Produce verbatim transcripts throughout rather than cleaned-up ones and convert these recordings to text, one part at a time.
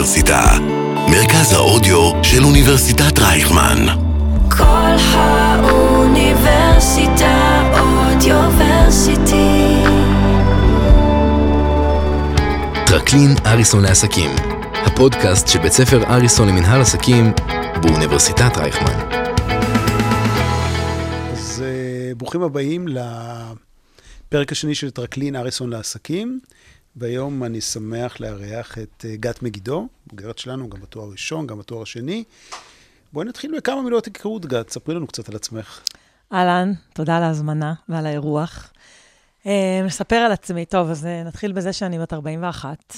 האוניברסיטה, מרכז האודיו של אוניברסיטת רייכמן. כל האוניברסיטה אודיוורסיטי. טרקלין אריסון לעסקים, הפודקאסט של בית ספר אריסון למנהל עסקים באוניברסיטת רייכמן. אז ברוכים הבאים לפרק השני של טרקלין אריסון לעסקים. והיום אני שמח לארח את גת מגידו, בוגרת שלנו, גם בתואר הראשון, גם בתואר השני. בואי נתחיל בכמה מילות היכרות, גת. ספרי לנו קצת על עצמך. אהלן, תודה על ההזמנה ועל האירוח. נספר על עצמי. טוב, אז נתחיל בזה שאני בת ארבעים ואחת,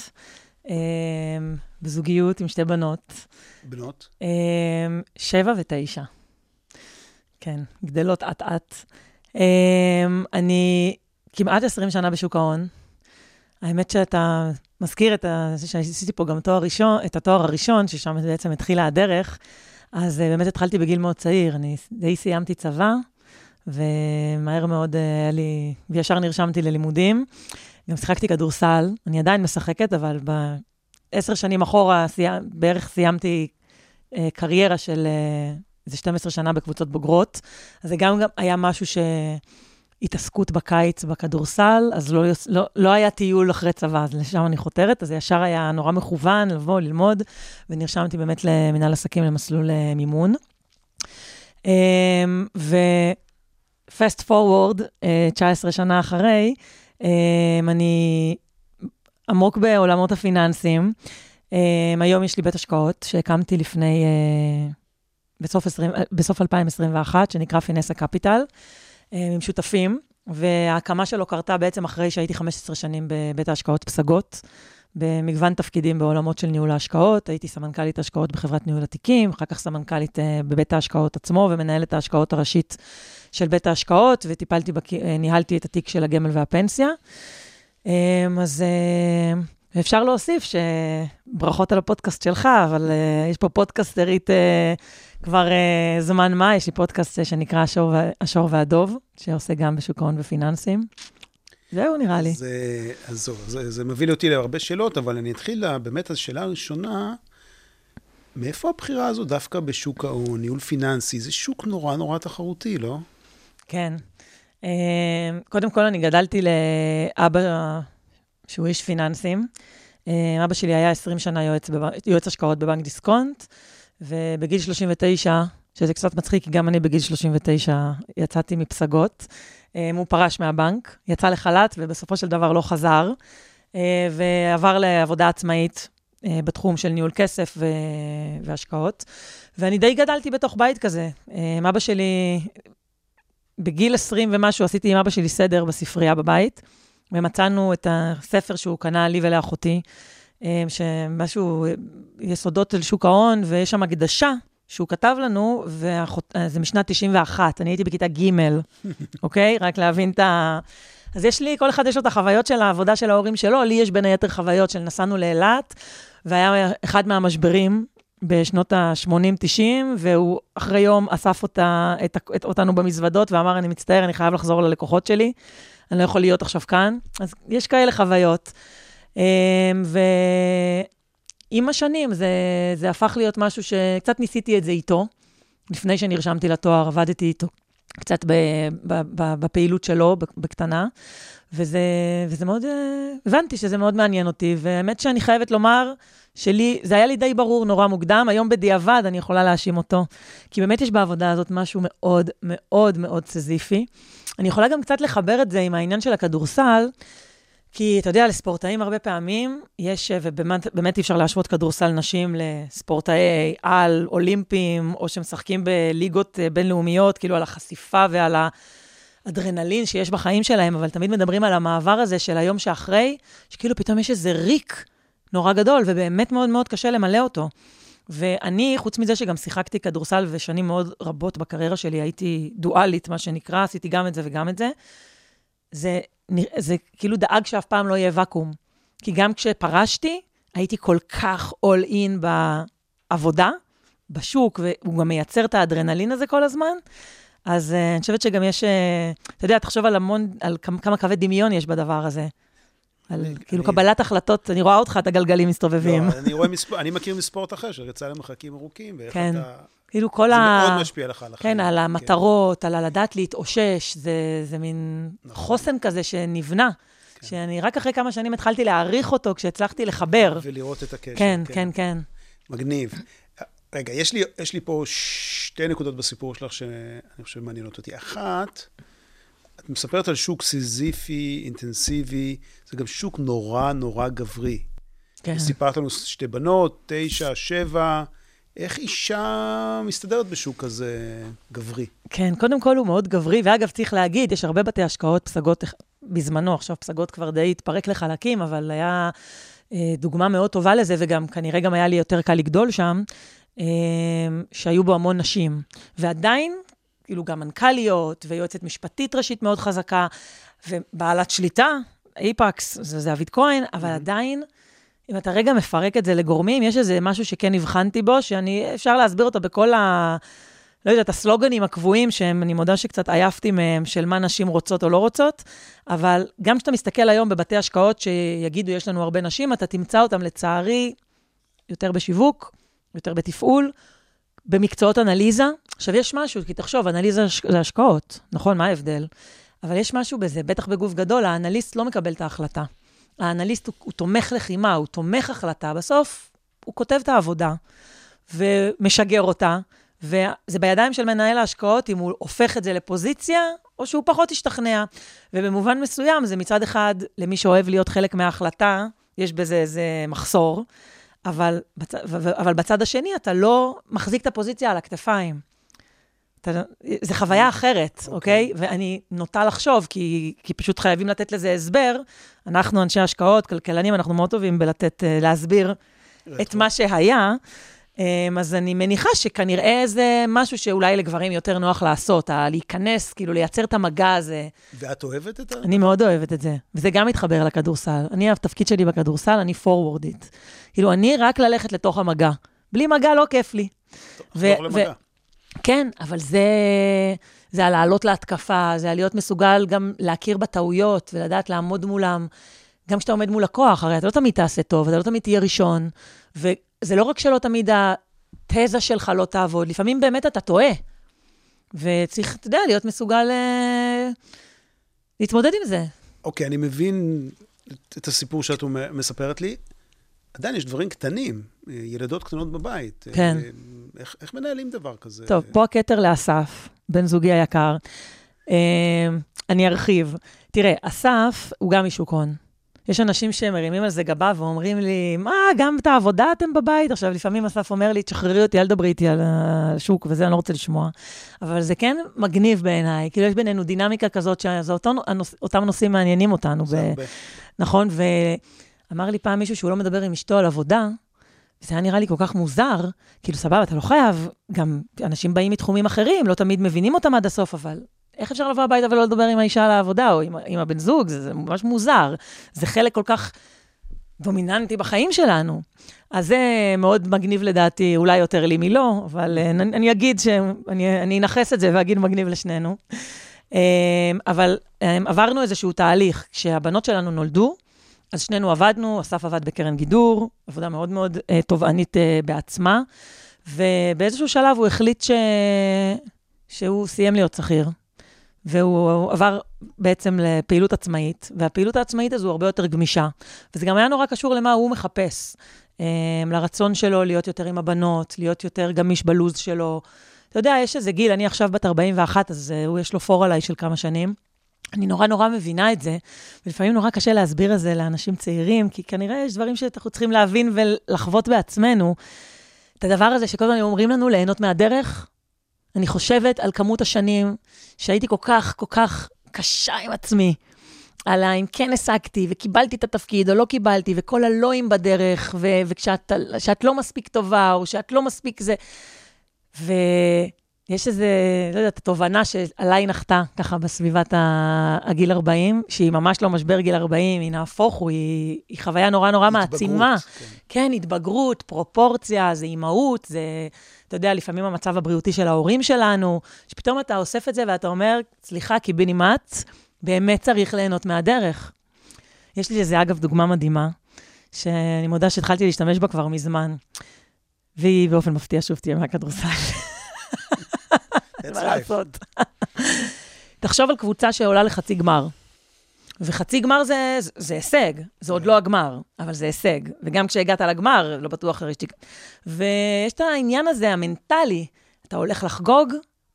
בזוגיות עם שתי בנות. בנות? שבע ותשע. כן, גדלות עט-עט. אני כמעט עשרים שנה בשוק ההון. האמת שאתה מזכיר את ה... שעשיתי פה גם תואר ראשון, את התואר הראשון, ששם בעצם התחילה הדרך, אז באמת התחלתי בגיל מאוד צעיר. אני די סיימתי צבא, ומהר מאוד היה לי... וישר נרשמתי ללימודים. גם שיחקתי כדורסל. אני עדיין משחקת, אבל בעשר שנים אחורה סיימ... בערך סיימתי אה, קריירה של אה, איזה שתים עשרה שנה בקבוצות בוגרות. אז זה גם, גם היה משהו ש... התעסקות בקיץ בכדורסל, אז לא, לא, לא היה טיול אחרי צבא, אז לשם אני חותרת, אז ישר היה נורא מכוון לבוא, ללמוד, ונרשמתי באמת למנהל עסקים למסלול מימון. ו-fast forward, תשע עשרה שנה אחרי, אני עמוק בעולמות הפיננסים. היום יש לי בית השקעות, שהקמתי לפני, בסוף, עשרים, בסוף אלפיים עשרים ואחת, שנקרא פינסה קפיטל, עם שותפים, וההקמה שלו קרתה בעצם אחרי שהייתי חמש עשרה שנים בבית ההשקעות פסגות, במגוון תפקידים בעולמות של ניהול ההשקעות. הייתי סמנכ"לית השקעות בחברת ניהול התיקים, אחר כך סמנכ"לית בבית ההשקעות עצמו, ומנהלת ההשקעות הראשית של בית ההשקעות, וטיפלתי, ניהלתי את התיק של הגמל והפנסיה. אז אפשר להוסיף שברכות על הפודקאסט שלך, אבל יש פה פודקאסטרית כבר uh, זמן מה, יש לי פודקאסט שנקרא השור, השור והדוב, שעושה גם בשוק ההון ופיננסים. זהו נראה לי. אז, אז זו, זה, זה מביא לי אותי להרבה שאלות, אבל אני אתחיל באמת, השאלה הראשונה, מאיפה הבחירה הזו דווקא בשוק ההון, ניהול פיננסי? זה שוק נורא נורא תחרותי, לא? כן. Uh, קודם כל אני גדלתי לאבא שהוא איש פיננסים. Uh, אבא שלי היה עשרים שנה יועץ, בב... יועץ השקעות בבנק דיסקונט, ובגיל שלושים ותשע, שזה קצת מצחיק, כי גם אני בגיל שלושים ותשע יצאתי מפסגות, הוא פרש מהבנק, יצא לחל"ת, ובסופו של דבר לא חזר, ועבר לעבודה עצמאית בתחום של ניהול כסף והשקעות, ואני די גדלתי בתוך בית כזה. אבא שלי, בגיל עשרים ומשהו, עשיתי עם אבא שלי סדר בספרייה בבית, ומצאנו את הספר שהוא קנה לי ולאחותי, שמשהו, יסודות של שוק ההון, ויש שם הקדשה שהוא כתב לנו, וזה משנת תשעים ואחת, אני הייתי בכיתה ג', אוקיי? רק להבין את ה... אז יש לי, כל אחד יש לו את החוויות של העבודה של ההורים שלו, לי יש בין היתר חוויות של נסענו לאילת, והיה אחד מהמשברים בשנות ה-שמונים תשעים, והוא אחרי יום אסף אותה, את, את, אותנו במזוודות, ואמר, אני מצטער, אני חייב לחזור ללקוחות שלי, אני לא יכול להיות עכשיו כאן. אז יש כאלה חוויות. ועם השנים זה, זה הפך להיות משהו שקצת ניסיתי את זה איתו, לפני שנרשמתי לתואר, עבדתי איתו קצת ב, ב, ב, בפעילות שלו, בקטנה, וזה, וזה מאוד, הבנתי שזה מאוד מעניין אותי, והאמת שאני חייבת לומר שלי, זה היה לי די ברור נורא מוקדם, היום בדיעבד אני יכולה להאשים אותו, כי באמת יש בעבודה הזאת משהו מאוד מאוד מאוד סזיפי. אני יכולה גם קצת לחבר את זה עם העניין של הכדורסל, כי אתה יודע, לספורטאים הרבה פעמים יש, ובאמת באמת אפשר להשוות כדורסל נשים לספורטאי על אולימפיים, או שמשחקים בליגות בינלאומיות, כאילו על החשיפה ועל האדרנלין שיש בחיים שלהם, אבל תמיד מדברים על המעבר הזה של היום שאחרי, שכאילו פתאום יש איזה ריק נורא גדול, ובאמת מאוד מאוד קשה למלא אותו. ואני, חוץ מזה שגם שיחקתי כדורסל, ושנים מאוד רבות בקריירה שלי, הייתי דואלית, מה שנקרא, עשיתי גם את זה וגם את זה, זה... זה כאילו דאג שאף פעם לא יהיה וקום. כי גם כשפרשתי, הייתי כל כך all in בעבודה, בשוק, והוא גם מייצר את האדרנלין הזה כל הזמן. אז uh, אני חושבת שגם יש, uh, אתה יודע, תחשוב על המון, על כמה, כמה קווי דמיון יש בדבר הזה. על כאילו קבלת החלטות, אני רואה אותך, את הגלגלים מסתובבים. אני מכיר מספורט אחר, שיצא למרחקים ארוכים, ואיך אתה... כאילו כל ה... ה... זה מאוד משפיע לך על החיים. כן, על המטרות, כן. על לדעת להתאושש, זה, זה מין נכון. חוסן כזה שנבנה, כן. שאני רק אחרי כמה שנים התחלתי להעריך אותו, כשהצלחתי לחבר. ולראות את הקשר. כן, כן, כן. כן. מגניב. רגע, יש לי, יש לי פה שתי נקודות בסיפור שלך, שאני חושב מעניינות אותי. אחת, את מספרת על שוק סיזיפי, אינטנסיבי, זה גם שוק נורא נורא גברי. כן. סיפרת לנו שתי בנות, תשע, שבע, איך אישה מסתדרת בשוק כזה גברי? כן, קודם כל הוא מאוד גברי, ואגב צריך להגיד, יש הרבה בתי השקעות, פסגות בזמנו, עכשיו פסגות כבר די התפרק לחלקים, אבל היה אה, דוגמה מאוד טובה לזה, וגם כנראה גם היה לי יותר קל לגדול שם, אה, שהיו בו המון נשים. ועדיין, כאילו גם מנכ"ליות, ויועצת משפטית ראשית מאוד חזקה, ובעלת שליטה, איפקס, זה, זה אביד כהן, אבל mm-hmm. עדיין, אם אתה רגע מפרק את זה לגורמים, יש איזה משהו שכן הבחנתי בו, שאני, אפשר להסביר אותו בכל ה... לא יודעת, הסלוגנים הקבועים, שהם, אני מודה שקצת עייפתי מהם, של מה נשים רוצות או לא רוצות, אבל גם כשאתה מסתכל היום בבתי השקעות שיגידו, יש לנו הרבה נשים, אתה תמצא אותם לצערי יותר בשיווק, יותר בתפעול, במקצועות אנליזה. עכשיו, יש משהו, כי תחשוב, אנליזה זה השקעות, נכון? מה ההבדל? אבל יש משהו בזה, בטח בגוף גדול, האנליסט לא מקבל את ההחלטה. האנליסט הוא, הוא תומך לחימה, הוא תומך החלטה, בסוף הוא כותב את העבודה ומשגר אותה, וזה בידיים של מנהל ההשקעות, אם הוא הופך את זה לפוזיציה, או שהוא פחות ישתכנע. ובמובן מסוים, זה מצד אחד, למי שאוהב להיות חלק מההחלטה, יש בזה איזה מחסור, אבל, בצ... אבל בצד השני, אתה לא מחזיק את הפוזיציה על הכתפיים. אתה... זה חוויה אחרת, אוקיי? Okay. Okay? ואני נוטה לחשוב, כי, כי פשוט חייבים לתת לזה הסבר. אנחנו, אנשי השקעות, כלכלנים, אנחנו מאוד טובים בלתת, להסביר את מה שהיה. אז אני מניחה שכנראה זה משהו שאולי לגברים יותר נוח לעשות, להיכנס, כאילו לייצר את המגע הזה. ואת אוהבת את זה? אני מאוד אוהבת את זה. וזה גם מתחבר לכדורסל. אני, התפקיד שלי בכדורסל, אני פורוורדית. כאילו, אני רק ללכת לתוך המגע. בלי מגע לא כיף לי. תחזור למגע. כן, אבל זה, זה הלעלות להתקפה, זה הלהיות מסוגל גם להכיר בטעויות ולדעת לעמוד מולם. גם כשאתה עומד מול הכוח, הרי אתה לא תמיד תעשה טוב, אתה לא תמיד תהיה ראשון, וזה לא רק שלא תמיד התזה שלך לא תעבוד, לפעמים באמת אתה טועה, וצריך, אתה יודע, להיות מסוגל להתמודד עם זה. אוקיי, אני מבין את הסיפור שאת מספרת לי. עדיין יש דברים קטנים, ילדות קטנות בבית. כן. איך, איך מנהלים דבר כזה? טוב, פה הכתר לאסף, בן זוגי היקר. אני ארחיב. תראה, אסף הוא גם משוק הון. יש אנשים שמרימים על זה גבה ואומרים לי, מה, גם את העבודה אתם בבית? עכשיו, לפעמים אסף אומר לי, תשחררי אותי, אל דברי איתי על השוק, וזה אני לא רוצה לשמוע. אבל זה כן מגניב בעיניי, כאילו יש בינינו דינמיקה כזאת, שזה אותם נושאים מעניינים אותנו. נכון, ואמר לי פעם מישהו שהוא לא מדבר עם אשתו על עבודה, וזה היה נראה לי כל כך מוזר, כאילו סבבה, אתה לא חייב, גם אנשים באים מתחומים אחרים, לא תמיד מבינים אותם עד הסוף, אבל איך אפשר לבוא הביתה ולא לדבר עם האישה על העבודה, או עם, עם הבן זוג, זה, זה ממש מוזר. זה חלק כל כך דומיננטי בחיים שלנו. אז זה מאוד מגניב לדעתי, אולי יותר לי מלא, אבל אני, אני אגיד שאני אני אנחס את זה ואגיד מגניב לשנינו. אבל עברנו איזשהו תהליך, כשהבנות שלנו נולדו, אז שנינו עבדנו, אסף עבד בקרן גידור, עבודה מאוד מאוד תובענית בעצמה, ובאיזשהו שלב הוא החליט ש... שהוא סיים להיות שכיר. והוא עבר בעצם לפעילות עצמאית, והפעילות העצמאית הזו הרבה יותר גמישה, וזה גם היה נורא קשור למה הוא מחפש, לרצון שלו להיות יותר עם הבנות, להיות יותר גמיש בלוז שלו. אתה יודע, יש איזה גיל, אני עכשיו בת ארבעים ואחת, אז הוא יש לו פור עליי של כמה שנים, אני נורא נורא מבינה את זה, ולפעמים נורא קשה להסביר את זה לאנשים צעירים, כי כנראה יש דברים שאנחנו צריכים להבין ולחוות בעצמנו, את הדבר הזה שכל הזמן אומרים לנו ליהנות מהדרך, אני חושבת על כמות השנים שהייתי כל כך, כל כך קשה עם עצמי, על האם כן השגתי וקיבלתי את התפקיד או לא קיבלתי, וכל הלואים בדרך, ו- וכשאת שאת לא מספיק טובה, או שאת לא מספיק זה, ויש איזה, לא יודעת, התובנה שעליי נחתה ככה בסביבת הגיל ארבעים, שהיא ממש לא משבר גיל ארבעים, היא נהפוך, היא, היא חוויה נורא נורא מעצימה. כן. כן, התבגרות, פרופורציה, זה אימהות, זה... אתה יודע, לפעמים המצב הבריאותי של ההורים שלנו, שפתאום אתה אוסף את זה ואתה אומר, סליחה, קיבינימט, באמת צריך ליהנות מהדרך. יש לי איזה, אגב, דוגמה מדהימה, שאני מודה שהתחלתי להשתמש בה כבר מזמן, והיא באופן מפתיע שוב תהיה מהכדורסל. מה לעשות? תחשוב על קבוצה שעולה לחצי גמר, וחצי גמר זה, זה הישג, זה עוד לא הגמר, אבל זה הישג, וגם כשהגעת לגמר, לא בטוח הרשתי, ויש את העניין הזה, המנטלי, אתה הולך לחגוג,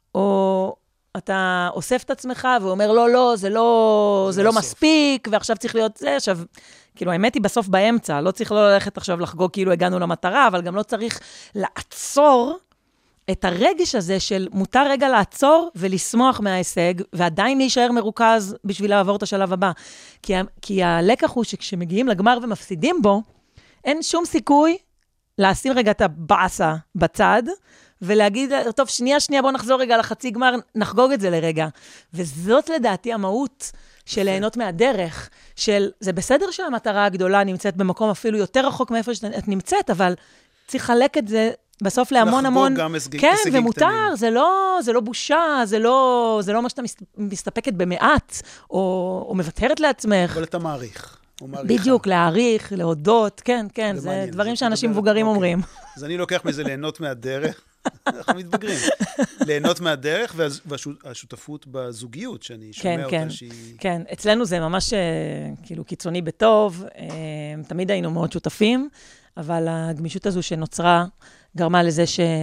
או אתה אוסף את עצמך, ואומר, לא, לא, זה לא, זה לא מספיק, ועכשיו צריך להיות זה, עכשיו, כאילו, האמת היא בסוף באמצע, לא צריך לא ללכת עכשיו לחגוג, כאילו הגענו למטרה, אבל גם לא צריך לעצור את הרגש הזה של מותר רגע לעצור ולשמוח מההישג, ועדיין להישאר מרוכז בשביל לעבור את השלב הבא. כי, כי הלקח הוא שכשמגיעים לגמר ומפסידים בו, אין שום סיכוי לשים רגע את הבאסה בצד, ולהגיד, טוב, שנייה, שנייה, בוא נחזור רגע לחצי גמר, נחגוג את זה לרגע. וזאת לדעתי המהות של ליהנות מהדרך, של זה בסדר שהמטרה הגדולה נמצאת במקום אפילו יותר רחוק מאיפה שאת נמצאת, אבל צריך לחלק את זה בסוף להמון המון... לחגוג גם הישגים כן, קטנים. ומותר, זה לא, זה לא בושה, זה לא, זה לא מה שאתה מסתפקת במעט, או, או מבטרת לעצמך. אבל אתה מעריך. בדיוק, להעריך, להודות, כן, כן, זה, זה דברים שאנשים מבוגרים אוקיי. אומרים. אז אני לוקח מזה ליהנות מהדרך, אנחנו מתבגרים. ליהנות מהדרך, והשותפות בזוגיות, שאני שומע כן, אותה כן, שהיא... כן, אצלנו זה ממש כאילו קיצוני בטוב, תמיד היינו מאוד שותפים, אבל הגמישות הזו שנוצרה גרמה לזה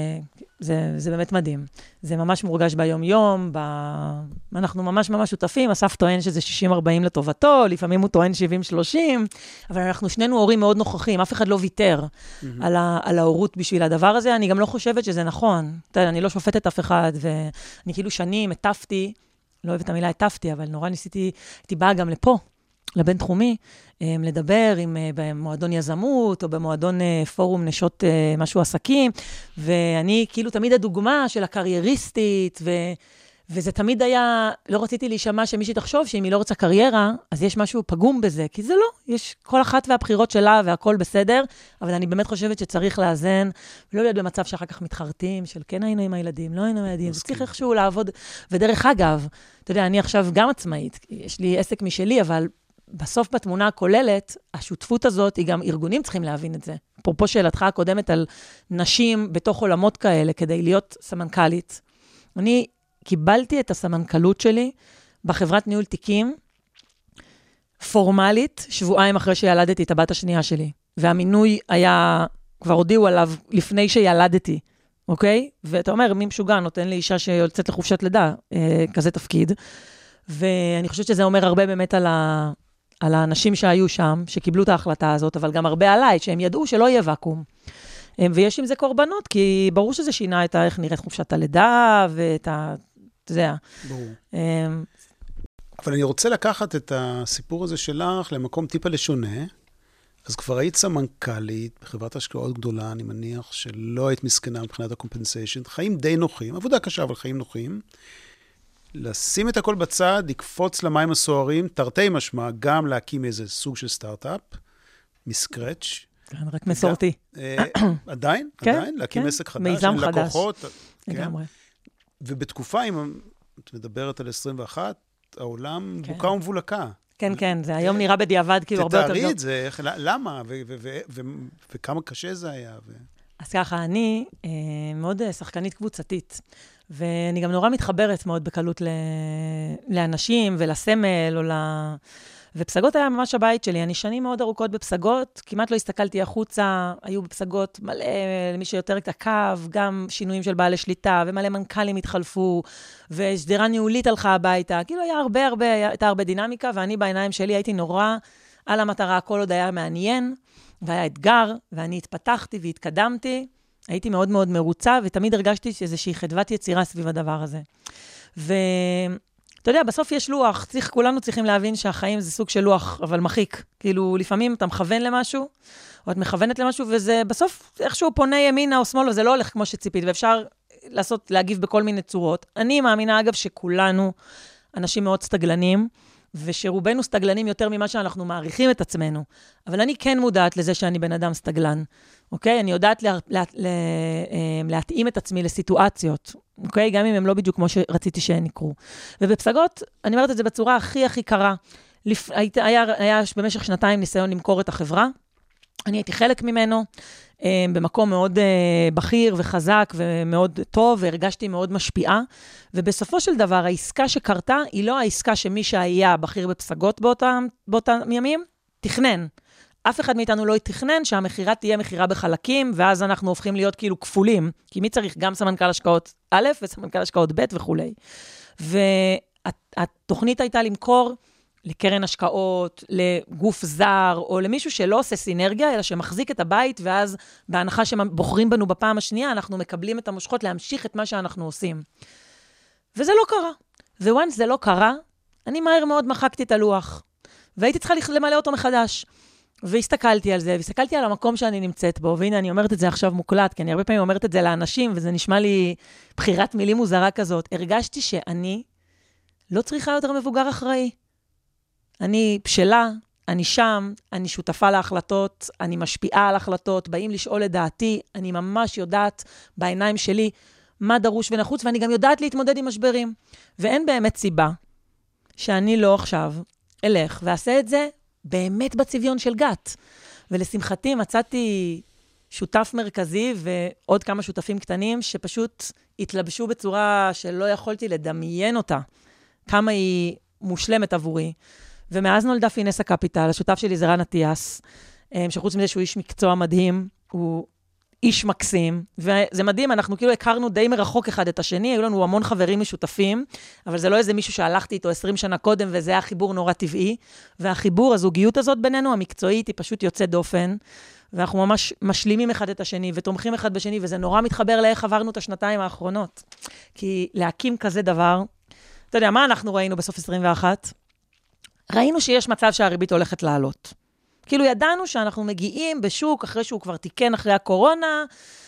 שזה זה באמת מדהים. זה ממש מורגש ביום-יום, ב... אנחנו ממש ממש שותפים, אסף טוען שזה שישים ארבעים לטובתו, לפעמים הוא טוען שבעים שלושים, אבל אנחנו שנינו הורים מאוד נוכחים, אף אחד לא ויתר mm-hmm. על, ה... על ההורות בשביל הדבר הזה, אני גם לא חושבת שזה נכון. תראה, אני לא שופטת אף אחד, ואני כאילו שנים הטפתי, לא אוהבת המילה הטפתי, אבל נורא ניסיתי, הייתי באה גם לפה, לבין תחומי, לדבר עם, במועדון יזמות, או במועדון פורום נשות משהו עסקים, ואני כאילו תמיד הדוגמה של הקרייריסטית, ו, וזה תמיד היה, לא רציתי להישמע שמישהי תחשוב שאם היא לא רוצה קריירה, אז יש משהו פגום בזה, כי זה לא, יש כל אחת והבחירות שלה והכל בסדר, אבל אני באמת חושבת שצריך לאזן, ולא להיות במצב שאחר כך מתחרטים, של כן היינו עם הילדים, לא היינו עם הילדים, זה צריך איכשהו לעבוד, ודרך אגב, אתה יודע, אני עכשיו גם עצמאית, יש לי עסק משלי, אבל בסוף בתמונה הכוללת, השותפות הזאת, היא גם ארגונים צריכים להבין את זה. אפרופו שאלתך הקודמת על נשים בתוך עולמות כאלה, כדי להיות סמנכלית. אני קיבלתי את הסמנכלות שלי בחברת ניהול תיקים, פורמלית, שבועיים אחרי שילדתי את הבת השנייה שלי. והמינוי היה, כבר הודיעו עליו לפני שילדתי, אוקיי? ואתה אומר, מי משוגע נותן לי אישה שיוצאת לחופשת לידה, אה, כזה תפקיד. ואני חושבת שזה אומר הרבה באמת על ה... על האנשים שהיו שם, שקיבלו את ההחלטה הזאת, אבל גם הרבה עליי, שהם ידעו שלא יהיה וקום. ויש עם זה קורבנות, כי ברור שזה שינה את איך נראית חופשת הלידה, ואת ה... זה. ברור. אבל אני רוצה לקחת את הסיפור הזה שלך למקום טיפה לשונה, אז כבר היית סמנכ"לית בחברת השקעות גדולה, אני מניח שלא היית מסכנה מבחינת הקומפנסיישן, חיים די נוחים, עבודה קשה, אבל חיים נוחים. לשים את הכל בצד, לקפוץ למים הסוערים, תרתי משמע, גם להקים איזה סוג של סטארט-אפ, מסקרץ'. כן, רק מסורתי. עדיין, עדיין, להקים עסק חדש, מיזם חדש. לקוחות. לגמרי. ובתקופה, אם את מדברת על עשרים ואחת, העולם בוקה ומבולקה. כן, כן, זה היום נראה בדיעבד כאילו הרבה יותר... תתארי את זה, למה, וכמה קשה זה היה. אז ככה, אני מאוד שחקנית קבוצתית. ואני גם נורא מתחברת מאוד בקלות לאנשים ולסמל, או ל... ופסגות היה ממש הבית שלי. אני שנים מאוד ארוכות בפסגות, כמעט לא הסתכלתי החוצה, היו בפסגות מלא, למי שיותר את הקו, גם שינויים של בעלי שליטה, ומלא מנכ"לים התחלפו, ושדרה ניהולית הלכה הביתה. כאילו היה הרבה הרבה, הייתה הרבה דינמיקה, ואני בעיניים שלי הייתי נורא על המטרה, הכל עוד היה מעניין, והיה אתגר, ואני התפתחתי והתקדמתי, הייתי מאוד מאוד מרוצה, ותמיד הרגשתי שאיזושהי חדוות יצירה סביב הדבר הזה. ואתה יודע, בסוף יש לוח, צריך, כולנו צריכים להבין שהחיים זה סוג של לוח, אבל מחיק. כאילו, לפעמים אתה מכוון למשהו, או את מכוונת למשהו, וזה בסוף איכשהו פונה ימינה או שמאלה, וזה לא הולך כמו שציפית, ואפשר לעשות, להגיב בכל מיני צורות. אני מאמינה, אגב, שכולנו אנשים מאוד סטגלנים, ושרובנו סטגלנים יותר ממה שאנחנו מעריכים את עצמנו. אבל אני כן מודעת לזה שאני בן אדם סטגלן. אוקיי? אני יודעת לה, לה, לה, להתאים את עצמי לסיטואציות. אוקיי? גם אם הם לא בדיוק כמו שרציתי שהן יקרו. ובפסגות, אני אומרת את זה בצורה הכי הכי קרה. לפ... היה, היה במשך שנתיים ניסיון למכור את החברה, אני הייתי חלק ממנו, במקום מאוד בכיר וחזק ומאוד טוב, והרגשתי מאוד משפיעה, ובסופו של דבר, העסקה שקרתה, היא לא העסקה שמי שהיה בכיר בפסגות באותם, באותם ימים, תכנן. אף אחד מאיתנו לא יתכנן שהמחירה תהיה מחירה בחלקים, ואז אנחנו הופכים להיות כאילו כפולים, כי מי צריך גם סמנכ"ל השקעות א' וסמנכ"ל השקעות ב' וכו'. והתוכנית הייתה למכור לקרן השקעות, לגוף זר, או למישהו שלא עושה סינרגיה, אלא שמחזיק את הבית, ואז בהנחה שבוחרים בנו בפעם השנייה, אנחנו מקבלים את המושכות להמשיך את מה שאנחנו עושים. וזה לא קרה. וואנס זה לא קרה, אני מהר מאוד מחקתי את הלוח, והייתי צריכה למלא אותו מחדש. והסתכלתי על זה, והסתכלתי על המקום שאני נמצאת בו, והנה אני אומרת את זה עכשיו מוקלט, כי אני הרבה פעמים אומרת את זה לאנשים, וזה נשמע לי בחירת מילים מוזרה כזאת. הרגשתי שאני לא צריכה יותר מבוגר אחראי. אני בשלה, אני שם, אני שותפה להחלטות, אני משפיעה על החלטות, באים לשאול את דעתי, אני ממש יודעת בעיניים שלי מה דרוש ונחוץ, ואני גם יודעת להתמודד עם משברים. ואין באמת סיבה שאני לא עכשיו אלך ועשה את זה באמת בצביון של גת. ולשמחתי מצאתי שותף מרכזי ועוד כמה שותפים קטנים שפשוט התלבשו בצורה שלא יכולתי לדמיין אותה, כמה היא מושלמת עבורי. ומאז נולדה פינס הקפיטל, השותף שלי זה רן אטיאס, שחוץ מזה שהוא איש מקצוע מדהים, הוא איש מקסים, וזה מדהים, אנחנו כאילו הכרנו די מרחוק אחד את השני, היו לנו המון חברים משותפים, אבל זה לא איזה מישהו שהלכתי איתו עשרים שנה קודם, וזה היה חיבור נורא טבעי, והחיבור, הזוגיות הזאת בינינו, המקצועית, היא פשוט יוצאת דופן, ואנחנו ממש משלימים אחד את השני, ותומכים אחד בשני, וזה נורא מתחבר לאיך עברנו את השנתיים האחרונות. כי להקים כזה דבר, אתה יודע, מה אנחנו ראינו בסוף עשרים ואחת? ראינו שיש מצב שהריבית הולכת לעלות. כאילו ידענו שאנחנו מגיעים בשוק, אחרי שהוא כבר תיקן אחרי הקורונה,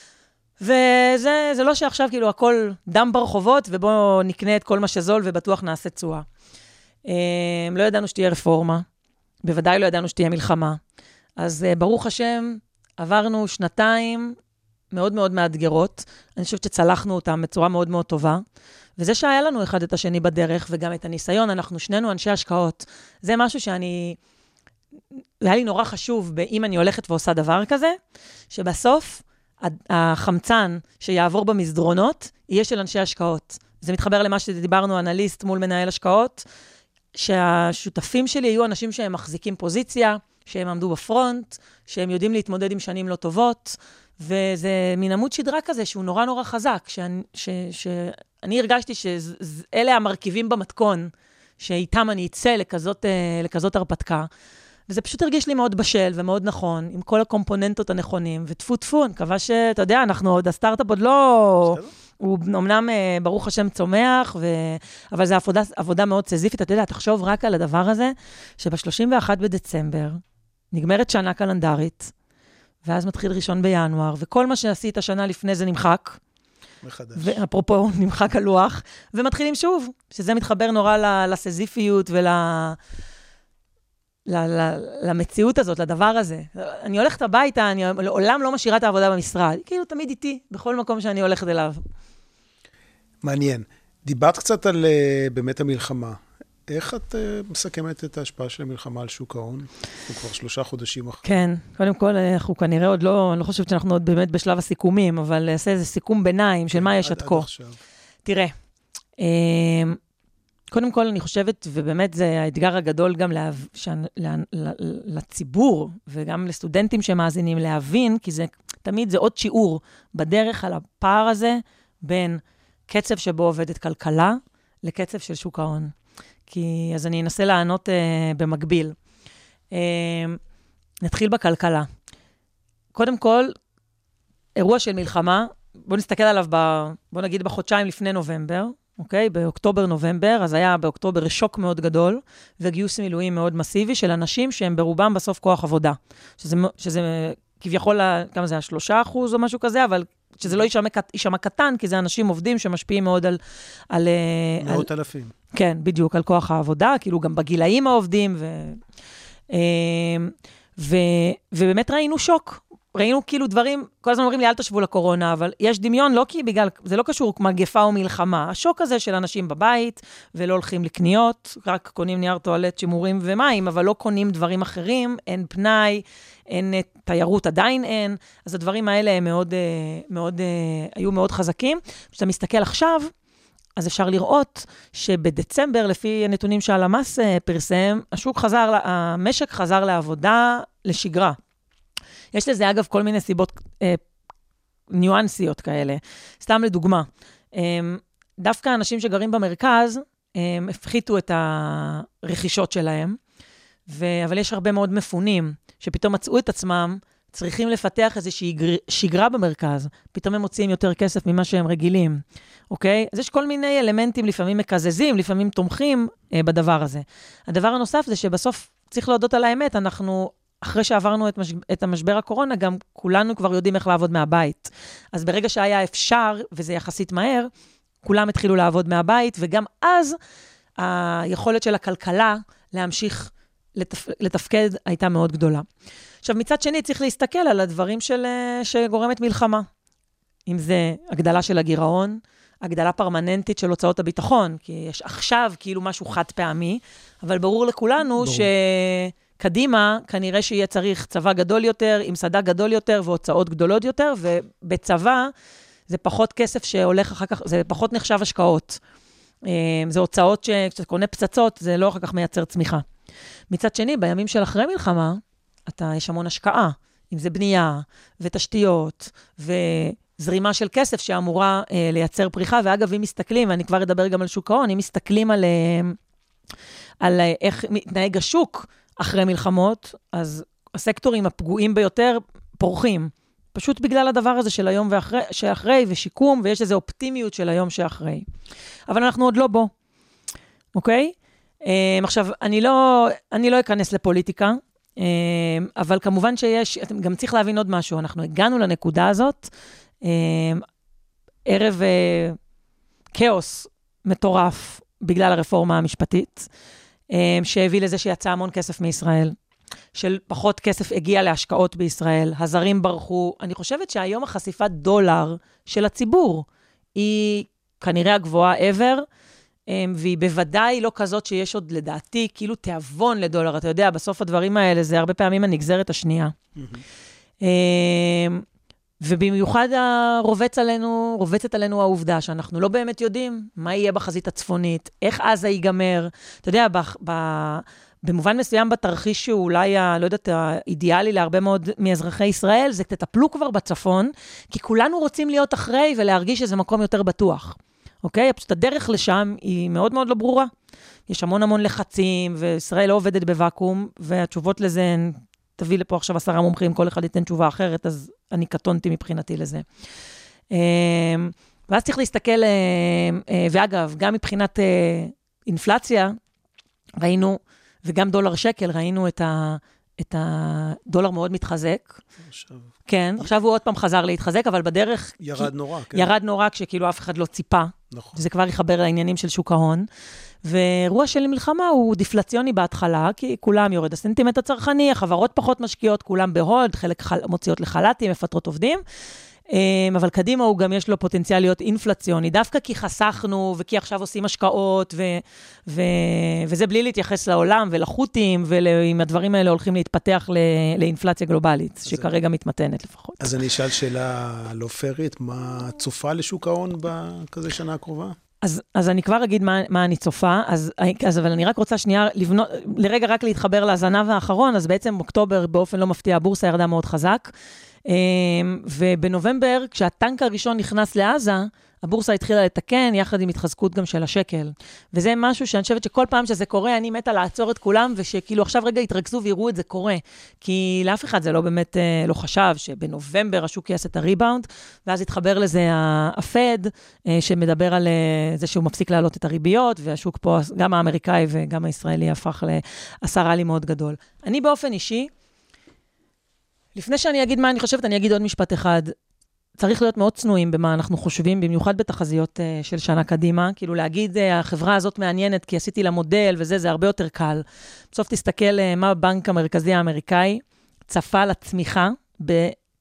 וזה זה לא שעכשיו כאילו הכל דם ברחובות, ובואו נקנה את כל מה שזול, ובטוח נעשה צועה. לא ידענו שתהיה רפורמה, בוודאי לא ידענו שתהיה מלחמה. אז ברוך השם, עברנו שנתיים מאוד מאוד מאתגרות, אני חושבת שצלחנו אותם בצורה מאוד מאוד טובה, וזה שהיה לנו אחד את השני בדרך, וגם את הניסיון, אנחנו שנינו אנשי השקעות. זה משהו שאני, היה לי נורא חשוב, אם אני הולכת ועושה דבר כזה, שבסוף החמצן שיעבור במסדרונות, יהיה של אנשי השקעות. זה מתחבר למה שדיברנו, אנליסט מול מנהל השקעות, שהשותפים שלי יהיו אנשים שהם מחזיקים פוזיציה, שהם עמדו בפרונט, שהם יודעים להתמודד עם שנים לא טובות, וזה מין עמוד שדרה כזה, שהוא נורא נורא חזק, שאני, ש, שאני הרגשתי שאלה המרכיבים במתכון, שאיתם אני אצא לכזאת, לכזאת הרפתקה, וזה פשוט הרגיש לי מאוד בשל ומאוד נכון, עם כל הקומפוננטות הנכונים, וטפו טפו, אני מקווה שאתה יודע, אנחנו עוד, הסטארט-אפ עוד לא, הוא אמנם ברוך השם צומח, ו... אבל זו עבודה, עבודה מאוד סזיפית, אתה יודע, תחשוב רק על הדבר הזה, שב-שלושים ואחד בדצמבר, נגמרת שנה קלנדרית, ואז מתחיל ראשון בינואר, וכל מה שעשית השנה לפני זה נמחק, מחדש. ואפרופו, נמחק הלוח, ומתחילים שוב, שזה מתחבר נורא לסזיפיות ול... למציאות הזאת, לדבר הזה. אני הולכת הביתה, אני לעולם לא משאירה את העבודה במשרד. היא כאילו תמיד איתי, בכל מקום שאני הולכת אליו. מעניין. דיברת קצת על באמת המלחמה. איך את מסכמת את ההשפעה של המלחמה על שוק ההון? הוא כבר שלושה חודשים אחרי. כן, קודם כל, אנחנו כנראה עוד לא, אני לא חושבת שאנחנו עוד באמת בשלב הסיכומים, אבל נעשה איזה סיכום ביניים של מה יש עד כה. תראה, קודם כל אני חושבת, ובאמת זה האתגר הגדול גם לה, ש... לה, לציבור, וגם לסטודנטים שמאזינים להבין, כי זה תמיד זה עוד שיעור בדרך על הפער הזה, בין קצב שבו עובדת כלכלה, לקצב של שוק ההון. כי, אז אני אנסה לענות uh, במקביל. Uh, נתחיל בכלכלה. קודם כל, אירוע של מלחמה, בוא נסתכל עליו, ב, בוא נגיד בחודשיים לפני נובמבר, אוקיי? באוקטובר-נובמבר, אז היה באוקטובר שוק מאוד גדול, וגיוס מילואים מאוד מסיבי של אנשים שהם ברובם בסוף כוח עבודה. שזה, שזה כביכול, כמה זה היה, שלושה אחוז או משהו כזה, אבל שזה לא יישמע קטן, כי זה אנשים עובדים שמשפיעים מאוד על... על מאות על, אלפים. כן, בדיוק, על כוח העבודה, כאילו גם בגילאים העובדים, ו, ו, ובאמת ראינו שוק. ראינו כאילו דברים, כל הזמן אומרים לי, אל תשבו לקורונה, אבל יש דמיון, לא כי בגלל, זה לא קשור מגפה או מלחמה. השוק הזה של אנשים בבית, ולא הולכים לקניות, רק קונים נייר טואלט, שימורים ומים, אבל לא קונים דברים אחרים, אין פנאי, אין תיירות, עדיין אין. אז הדברים האלה הם מאוד, מאוד, היו מאוד חזקים. כשאתה מסתכל עכשיו, אז אפשר לראות שבדצמבר, לפי הנתונים שהלמ"ס פרסם, השוק חזר, המשק חזר לעבודה לשגרה. יש לזה, אגב, כל מיני סיבות אה, ניואנסיות כאלה. סתם לדוגמה, אה, דווקא אנשים שגרים במרכז, אה, הפחיתו את הרכישות שלהם, ו... אבל יש הרבה מאוד מפונים, שפתאום מצאו את עצמם, צריכים לפתח איזושהי שגרה במרכז, פתאום הם מוציאים יותר כסף ממה שהם רגילים, אוקיי? אז יש כל מיני אלמנטים, לפעמים מקזזים, לפעמים תומכים אה, בדבר הזה. הדבר הנוסף זה שבסוף צריך להודות על האמת, אנחנו... אחרי שעברנו את, מש... את המשבר הקורונה, גם כולנו כבר יודעים איך לעבוד מהבית. אז ברגע שהיה אפשר, וזה יחסית מהר, כולם התחילו לעבוד מהבית, וגם אז היכולת של הכלכלה להמשיך לתפ... לתפקד הייתה מאוד גדולה. עכשיו, מצד שני, צריך להסתכל על הדברים של... שגורמת מלחמה. אם זה הגדלה של הגירעון, הגדלה פרמננטית של הוצאות הביטחון, כי יש עכשיו כאילו משהו חד פעמי, אבל ברור לכולנו ברור. ש... קדימה, כנראה שיהיה צריך צבא גדול יותר, עם שדה גדול יותר, והוצאות גדולות יותר, ובצבא זה פחות כסף שהולך אחר כך, זה פחות נחשב השקעות. זה הוצאות שכשאתה קונה פצצות, זה לא אחר כך מייצר צמיחה. מצד שני, בימים של אחרי מלחמה, אתה, יש המון השקעה, אם זה בנייה, ותשתיות, וזרימה של כסף שאמורה אה, לייצר פריחה, ואגב, אם מסתכלים, ואני כבר אדבר גם על שוק ההון, אם מסתכלים על, אה, על אה, איך מתנהג השוק, אחרי מלחמות, אז הסקטורים הפגועים ביותר פורחים. פשוט בגלל הדבר הזה של היום ואחרי, שאחרי ושיקום, ויש איזו אופטימיות של היום שאחרי. אבל אנחנו עוד לא בו. אוקיי? עכשיו, אני לא, אני לא אכנס לפוליטיקה, אבל כמובן שיש, אתם גם צריך להבין עוד משהו. אנחנו הגענו לנקודה הזאת, ערב כאוס מטורף בגלל הרפורמה המשפטית, שהביא לזה שיצא המון כסף מישראל, של פחות כסף הגיע להשקעות בישראל, הזרים ברחו. אני חושבת שהיום החשיפת דולר של הציבור היא כנראה הגבוהה ever, והיא בוודאי לא כזאת שיש עוד לדעתי, כאילו תיאבון לדולר. אתה יודע, בסוף הדברים האלה זה הרבה פעמים הנגזרת השנייה. ובמיוחד רובץ עלינו, רובצת עלינו העובדה שאנחנו לא באמת יודעים מה יהיה בחזית הצפונית, איך עזה ייגמר. אתה יודע, ב, ב, במובן מסוים בתרחיש שהוא אולי, לא יודעת, האידיאלי להרבה מאוד מאזרחי ישראל, זה תטפלו כבר בצפון, כי כולנו רוצים להיות אחרי ולהרגיש שזה מקום יותר בטוח. אוקיי? פשוט הדרך לשם היא מאוד מאוד לא ברורה. יש המון המון לחצים, וישראל לא עובדת בוואקום, והתשובות לזה הן, תביא לפה עכשיו עשרה מומחים, כל אחד ייתן תשובה אחרת, אז אני קטונתי מבחינתי לזה. ואז צריך להסתכל, ואגב, גם מבחינת אינפלציה, ראינו, וגם דולר שקל, ראינו את ה... את הדולר מאוד מתחזק. עכשיו. כן, עכשיו הוא עוד פעם חזר להתחזק, אבל בדרך... ירד נורא, כן. ירד נורא, כשכאילו אף אחד לא ציפה. נכון. וזה כבר יחבר לעניינים של שוק ההון. ואירוע של מלחמה הוא דיפלציוני בהתחלה, כי כולם יורד הסנטימנט הצרכני, החברות פחות משקיעות, כולם בהולד, חלק חל... מוציאות לחל"תים, מפטרות עובדים. אבל קדימה הוא גם יש לו פוטנציאל להיות אינפלציוני, דווקא כי חסכנו, וכי עכשיו עושים השקעות, ו, ו, וזה בלי להתייחס לעולם ולחוטים, ואם הדברים האלה הולכים להתפתח לאינפלציה גלובלית, שכרגע מתמתנת לפחות. אז אני אשאל שאלה לא פרית, מה צופה לשוק ההון בכזה שנה הקרובה? אז, אז אני כבר אגיד מה, מה אני צופה, אז, אז, אבל אני רק רוצה שנייה לבנות, לרגע רק להתחבר לזנב האחרון, אז בעצם אוקטובר באופן לא מפתיע, הבורסה ירדה מאוד חזק, ובנובמבר, כשהטנק הראשון נכנס לעזה, הבורסה התחילה לתקן, יחד עם התחזקות גם של השקל. וזה משהו שאני חושבת שכל פעם שזה קורה, אני מתה לעצור את כולם, ושכאילו עכשיו רגע יתרכזו ויראו את זה קורה. כי לאף אחד זה לא באמת, לא חשב, שבנובמבר השוק יעשה את הריבאונד, ואז התחבר לזה הפד, שמדבר על זה שהוא מפסיק להעלות את הריביות, והשוק פה, גם האמריקאי וגם הישראלי, הפך לעשה רלי מאוד גדול. אני באופן אישי, לפני שאני אגיד מה אני חושבת, אני אגיד עוד משפט אחד. צריך להיות מאוד צנועים במה אנחנו חושבים, במיוחד בתחזיות uh, של שנה קדימה. כאילו להגיד, uh, החברה הזאת מעניינת, כי עשיתי לה מודל וזה, זה הרבה יותר קל. בסוף תסתכל uh, מה הבנק המרכזי האמריקאי צפה לצמיחה בתחילת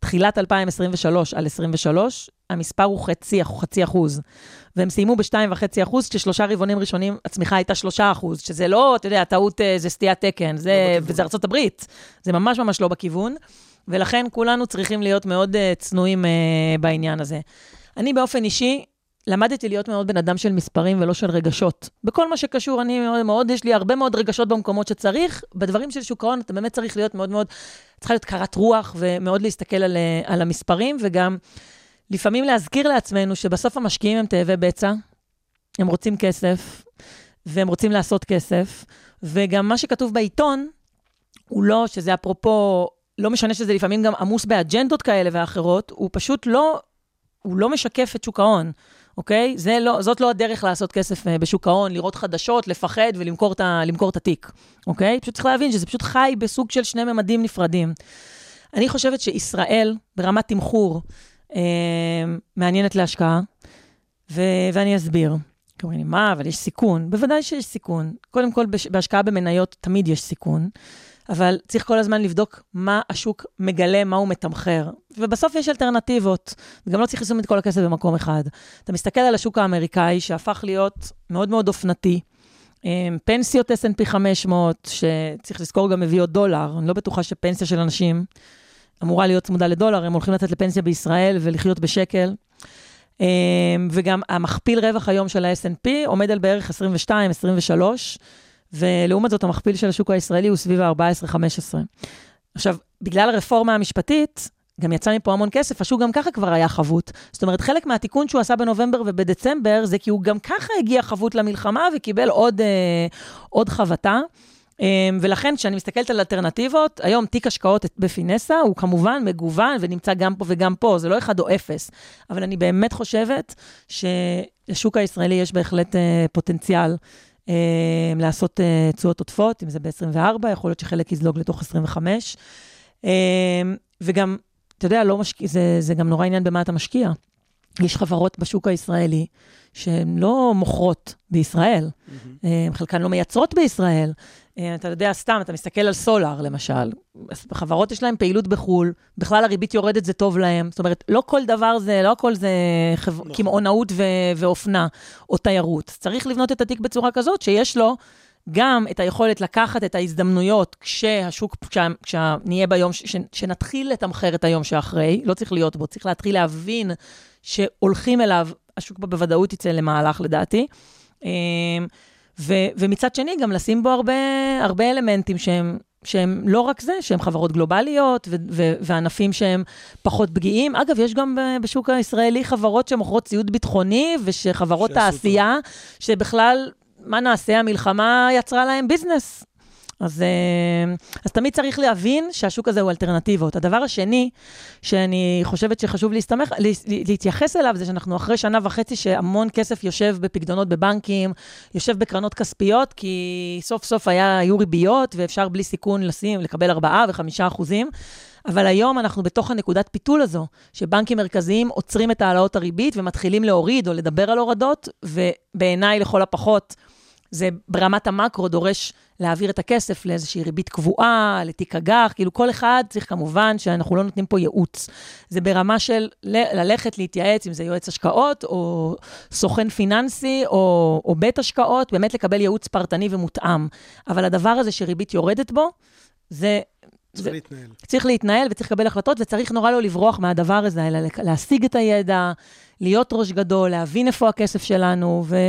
תחילת אלפיים עשרים ושלוש על עשרים ושלוש, המספר הוא חצי, חצי אחוז. והם סיימו ב-שתיים נקודה חמש אחוז, כששלושה רבעונים ראשונים, הצמיחה הייתה שלושה אחוז, שזה לא, אתה יודע, טעות זה סטיית תקן, זה, וזה ארצות הברית. זה ממש ממש לא בכיוון, ולכן כולנו צריכים להיות מאוד uh, צנועים uh, בעניין הזה. אני באופן אישי, למדתי להיות מאוד בן אדם של מספרים ולא של רגשות. בכל מה שקשור, אני מאוד, מאוד, יש לי הרבה מאוד רגשות במקומות שצריך, בדברים של שוק ההון, אתה באמת צריך להיות מאוד מאוד, צריכה להיות קרת רוח, ומאוד להסתכל על, על המספרים, וגם לפעמים להזכיר לעצמנו, שבסוף המשקיעים הם תאבי בצע, הם רוצים כסף, והם רוצים לעשות כסף, וגם מה שכתוב בעיתון, הוא לא, שזה אפרופו, לא משנה שזה לפעמים גם עמוס באג'נדות כאלה ואחרות, הוא פשוט לא, הוא לא משקף את שוק ההון. אוקיי? זה לא, זאת לא הדרך לעשות כסף בשוק ההון, לראות חדשות, לפחד ולמכור את, למכור את התיק. אוקיי? פשוט צריך להבין שזה פשוט חי בסוג של שני ממדים נפרדים. אני חושבת שישראל, ברמת תמחור, אה, מעניינת להשקעה, ו- ואני אסביר. אומרים לי, מה? אבל יש סיכון. בוודאי שיש סיכון. קודם כל, בהשקעה במניות תמיד יש סיכון. אבל צריך כל הזמן לבדוק מה השוק מגלה, מה הוא מתמחר. ובסוף יש אלטרנטיבות, וגם לא צריך לשים את כל הכסף במקום אחד. אתה מסתכל על השוק האמריקאי, שהפך להיות מאוד מאוד אופנתי, פנסיות אס אנד פי חמש מאות, שצריך לזכור גם מביאות דולר, אני לא בטוחה שפנסיה של אנשים אמורה להיות צמודה לדולר, הם הולכים לצאת לפנסיה בישראל ולחיות בשקל, וגם המכפיל רווח היום של ה-אס אנד פי עומד על בערך עשרים ושתיים עשרים ושלוש, ולעומת זאת, המכפיל של השוק הישראלי הוא סביב ה-ארבע עשרה חמש עשרה. עכשיו, בגלל הרפורמה המשפטית, גם יצא מפה המון כסף, השוק גם ככה כבר היה חבות. זאת אומרת, חלק מהתיקון שהוא עשה בנובמבר ובדצמבר, זה כי הוא גם ככה הגיע חבות למלחמה, וקיבל עוד, אה, עוד חבטה. אה, ולכן, כשאני מסתכלת על אלטרנטיבות, היום תיק השקעות בפינסה, הוא כמובן מגוון, ונמצא גם פה וגם פה, זה לא אחד או אפס. אבל אני באמת חושבת, שלשוק הישראלי יש בהחלט אה, פוטנציאל, לעשות תשואות עוטפות, אם זה ב-עשרים וארבע, יכול להיות שחלק יזלוג לתוך עשרים וחמש. וגם, אתה יודע, לא משקיע, זה, זה גם נורא עניין במה אתה משקיע. יש חברות בשוק הישראלי שהן לא מוכרות בישראל, mm-hmm. חלקן לא מייצרות בישראל. אתה יודע, סתם, אתה מסתכל על סולר, למשל. חברות יש להן פעילות בחול, בכלל הריבית יורדת, זה טוב להם. זאת אומרת, לא כל דבר זה, לא הכל זה חבר... נכון. כמעונאות ו... ואופנה או תיירות. צריך לבנות את התיק בצורה כזאת, שיש לו גם את היכולת לקחת את ההזדמנויות כשהשוק, כשה... כשנהיה ביום, ש... שנתחיל לתמחר את היום שאחרי, לא צריך להיות בו, צריך להתחיל להבין שהולכים אליו, השוק בה בוודאות יצא למהלך לדעתי. ו- ומצד שני גם לשים בו הרבה, הרבה אלמנטים שהם, שהם לא רק זה, שהם חברות גלובליות ו- ו- וענפים שהם פחות פגיעים. אגב, יש גם בשוק הישראלי חברות שמוכרות ציוד ביטחוני, ושחברות תעשייה, שבכלל, מה נעשה, המלחמה יצרה להם ביזנס. אז, אז תמיד צריך להבין שהשוק הזה הוא אלטרנטיבות. הדבר השני שאני חושבת שחשוב להסתמך, להתייחס אליו, זה שאנחנו אחרי שנה וחצי שהמון כסף יושב בפקדונות בבנקים, יושב בקרנות כספיות, כי סוף סוף היה, היו ריביות, ואפשר בלי סיכון לשים, לקבל ארבעה וחמישה אחוזים. אבל היום אנחנו בתוך הנקודת פיתול הזו, שבנקים מרכזיים עוצרים את העלאות הריבית, ומתחילים להוריד או לדבר על הורדות, ובעיניי לכל הפחות, זה ברמת המקרו דורש להעביר את הכסף לאיזושהי ריבית קבועה, לתיק אג"ח, כאילו כל אחד צריך כמובן שאנחנו לא נותנים פה ייעוץ. זה ברמה של ללכת להתייעץ, אם זה יועץ השקעות, או סוכן פיננסי, או, או בית השקעות, באמת לקבל ייעוץ פרטני ומותאם. אבל הדבר הזה שריבית יורדת בו, זה... צריך זה, להתנהל. צריך להתנהל וצריך לקבל החלטות, וצריך נורא לא לברוח מהדבר הזה, אלא להשיג את הידע, להיות ראש גדול, להבין איפה הכסף שלנו, ו...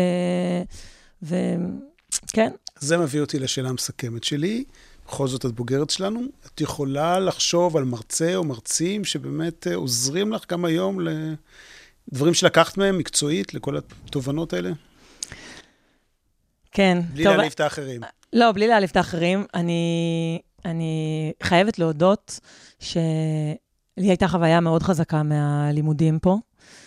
וכן. זה מביא אותי לשאלה המסכמת שלי. בכל זאת את בוגרת שלנו. את יכולה לחשוב על מרצה או מרצים שבאמת עוזרים לך גם היום לדברים שלקחת מהם מקצועית, לכל התובנות האלה? כן. בלי להעליב את האחרים. לא, בלי להעליב את האחרים. אני, אני חייבת להודות שלי הייתה חוויה מאוד חזקה מהלימודים פה.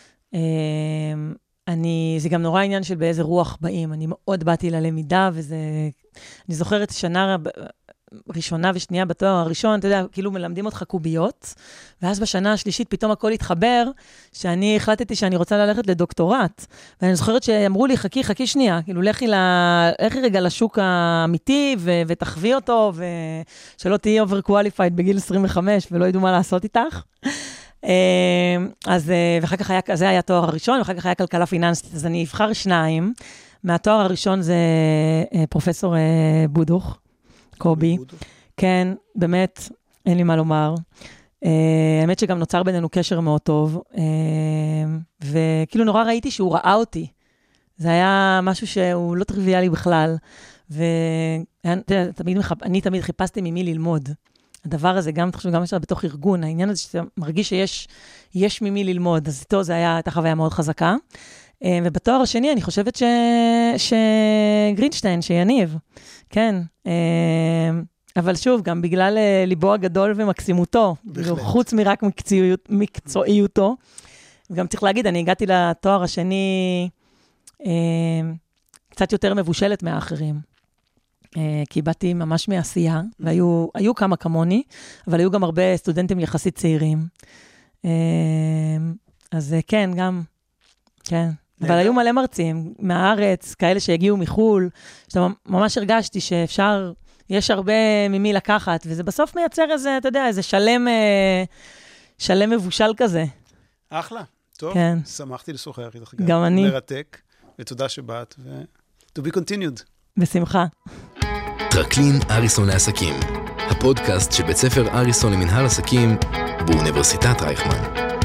אני, זה גם נורא עניין של באיזה רוח באים. אני מאוד באתי ללמידה, וזה, אני זוכרת שנה ראשונה ושנייה בתואר הראשון, אתה יודע, כאילו מלמדים אותך קוביות, ואז בשנה השלישית פתאום הכל התחבר, שאני החלטתי שאני רוצה ללכת לדוקטורט, ואני זוכרת שאמרו לי, חכי, חכי שנייה, כאילו לכי, ל... לכי רגע לשוק האמיתי, ו... ותחווי אותו, ושלא תהיי overqualified בגיל עשרים וחמש, ולא ידעו מה לעשות איתך. אז, ואחר כך היה, זה היה התואר הראשון, ואחר כך היה כלכלה פיננסית, אז אני אבחר שניים. מהתואר הראשון זה פרופסור בודוך, קובי. כן, באמת, אין לי מה לומר. האמת שגם נוצר בינינו קשר מאוד טוב, וכאילו נורא ראיתי שהוא ראה אותי. זה היה משהו שהוא לא טריוויאלי בכלל, ואני תמיד חיפשתי ממי ללמוד. הדבר הזה, גם תחשוב, גם בתוך ארגון, העניין הזה שאתה מרגיש שיש יש ממי ללמוד, אז איתו זה היה, הייתה חוויה מאוד חזקה. ובתואר השני, אני חושבת ש... שגרינשטיין, שיניב, כן. אבל שוב, גם בגלל ליבו הגדול ומקסימותו, חוץ מרק מקצועיות, מקצועיותו. וגם צריך להגיד, אני הגעתי לתואר השני קצת יותר מבושלת מהאחרים. כי באתי ממש מעשייה, והיו היו כמה כמוני, אבל היו גם הרבה סטודנטים יחסית צעירים. אז כן, גם, כן. אבל היו מלא מרצים מהארץ, כאלה שהגיעו מחול, שאתה ממש הרגשתי שאפשר, יש הרבה ממי לקחת, וזה בסוף מייצר איזה, אתה יודע, איזה שלם, שלם מבושל כזה. אחלה, טוב, כן. שמחתי לשוחח איתך. גם אני. מרתק, ותודה שבאת, ו... to be continued. בשמחה. טרקלין אריסון לעסקים, הפודקאסט של בית ספר אריסון למנהל עסקים באוניברסיטת רייכמן.